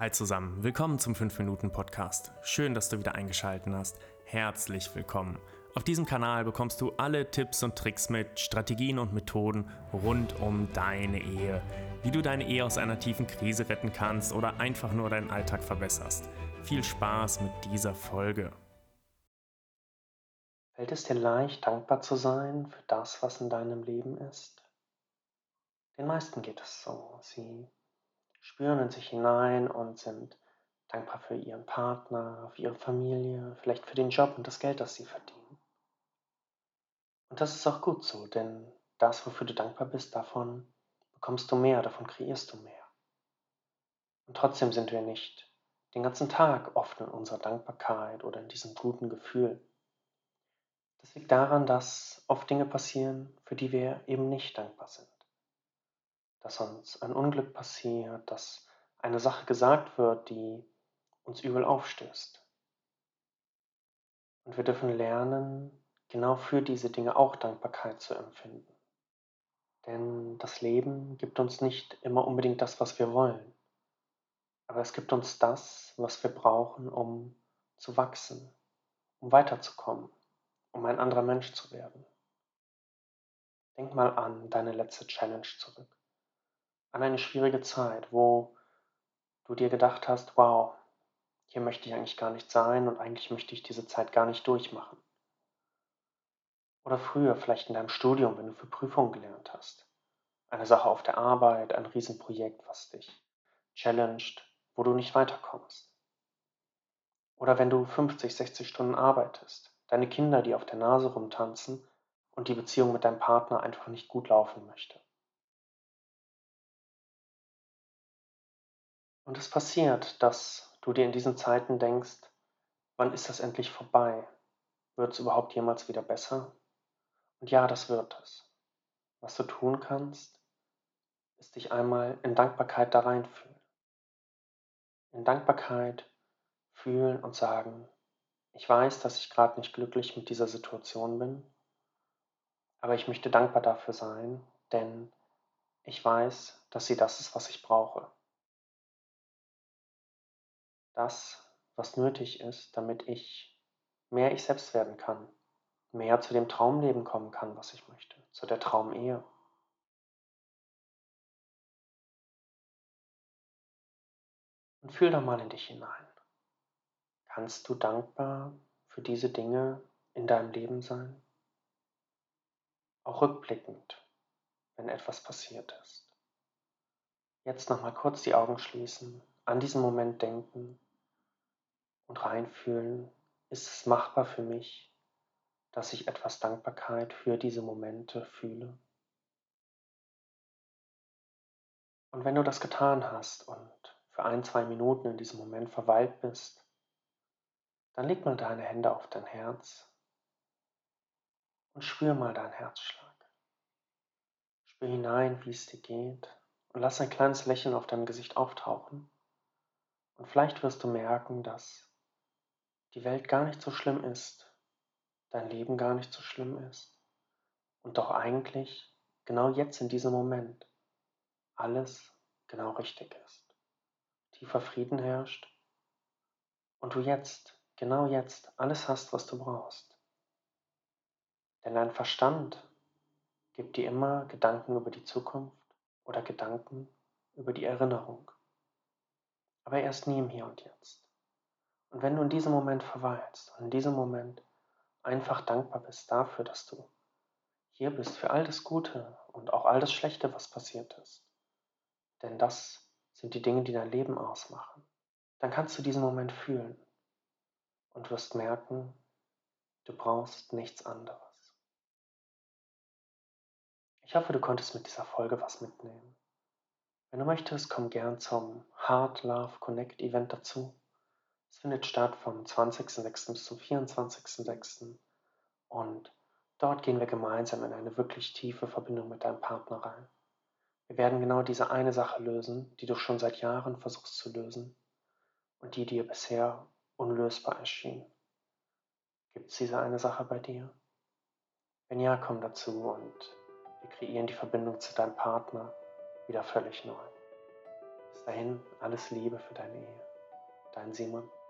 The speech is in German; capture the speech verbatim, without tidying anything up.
Hi zusammen, willkommen zum fünf Minuten Podcast. Schön, dass du wieder eingeschaltet hast. Herzlich willkommen. Auf diesem Kanal bekommst du alle Tipps und Tricks mit, Strategien und Methoden rund um deine Ehe. Wie du deine Ehe aus einer tiefen Krise retten kannst oder einfach nur deinen Alltag verbesserst. Viel Spaß mit dieser Folge. Fällt es dir leicht, dankbar zu sein für das, was in deinem Leben ist? Den meisten geht es so. Sie spüren in sich hinein und sind dankbar für ihren Partner, für ihre Familie, vielleicht für den Job und das Geld, das sie verdienen. Und das ist auch gut so, denn das, wofür du dankbar bist, davon bekommst du mehr, davon kreierst du mehr. Und trotzdem sind wir nicht den ganzen Tag oft in unserer Dankbarkeit oder in diesem guten Gefühl. Das liegt daran, dass oft Dinge passieren, für die wir eben nicht dankbar sind. Dass uns ein Unglück passiert, dass eine Sache gesagt wird, die uns übel aufstößt. Und wir dürfen lernen, genau für diese Dinge auch Dankbarkeit zu empfinden. Denn das Leben gibt uns nicht immer unbedingt das, was wir wollen. Aber es gibt uns das, was wir brauchen, um zu wachsen, um weiterzukommen, um ein anderer Mensch zu werden. Denk mal an deine letzte Challenge zurück. An eine schwierige Zeit, wo du dir gedacht hast, wow, hier möchte ich eigentlich gar nicht sein und eigentlich möchte ich diese Zeit gar nicht durchmachen. Oder früher, vielleicht in deinem Studium, wenn du für Prüfungen gelernt hast. Eine Sache auf der Arbeit, ein Riesenprojekt, was dich challenged, wo du nicht weiterkommst. Oder wenn du fünfzig, sechzig Stunden arbeitest, deine Kinder, die auf der Nase rumtanzen und die Beziehung mit deinem Partner einfach nicht gut laufen möchte. Und es passiert, dass du dir in diesen Zeiten denkst, wann ist das endlich vorbei? Wird es überhaupt jemals wieder besser? Und ja, das wird es. Was du tun kannst, ist dich einmal in Dankbarkeit da reinfühlen. In Dankbarkeit fühlen und sagen, ich weiß, dass ich gerade nicht glücklich mit dieser Situation bin, aber ich möchte dankbar dafür sein, denn ich weiß, dass sie das ist, was ich brauche. Das, was nötig ist, damit ich mehr ich selbst werden kann, mehr zu dem Traumleben kommen kann, was ich möchte, zu der Traumehe. Und fühl da mal in dich hinein. Kannst du dankbar für diese Dinge in deinem Leben sein? Auch rückblickend, wenn etwas passiert ist. Jetzt nochmal kurz die Augen schließen, an diesen Moment denken und reinfühlen, ist es machbar für mich, dass ich etwas Dankbarkeit für diese Momente fühle? Und wenn du das getan hast und für ein, zwei Minuten in diesem Moment verweilt bist, dann leg mal deine Hände auf dein Herz und spür mal deinen Herzschlag. Spür hinein, wie es dir geht und lass ein kleines Lächeln auf deinem Gesicht auftauchen. Und vielleicht wirst du merken, dass die Welt gar nicht so schlimm ist, dein Leben gar nicht so schlimm ist und doch eigentlich genau jetzt in diesem Moment alles genau richtig ist. Tiefer Frieden herrscht und du jetzt, genau jetzt, alles hast, was du brauchst. Denn dein Verstand gibt dir immer Gedanken über die Zukunft oder Gedanken über die Erinnerung, aber er ist nie im Hier und Jetzt. Und wenn du in diesem Moment verweilst und in diesem Moment einfach dankbar bist dafür, dass du hier bist, für all das Gute und auch all das Schlechte, was passiert ist, denn das sind die Dinge, die dein Leben ausmachen, dann kannst du diesen Moment fühlen und wirst merken, du brauchst nichts anderes. Ich hoffe, du konntest mit dieser Folge was mitnehmen. Wenn du möchtest, komm gern zum Heart Love Connect Event dazu. Es findet statt vom zwanzigsten sechsten bis zum vierundzwanzigsten sechsten und dort gehen wir gemeinsam in eine wirklich tiefe Verbindung mit deinem Partner rein. Wir werden genau diese eine Sache lösen, die du schon seit Jahren versuchst zu lösen und die dir bisher unlösbar erschien. Gibt es diese eine Sache bei dir? Wenn ja, komm dazu und wir kreieren die Verbindung zu deinem Partner wieder völlig neu. Bis Bis dahin, alles Liebe für deine Ehe. Dein Simon.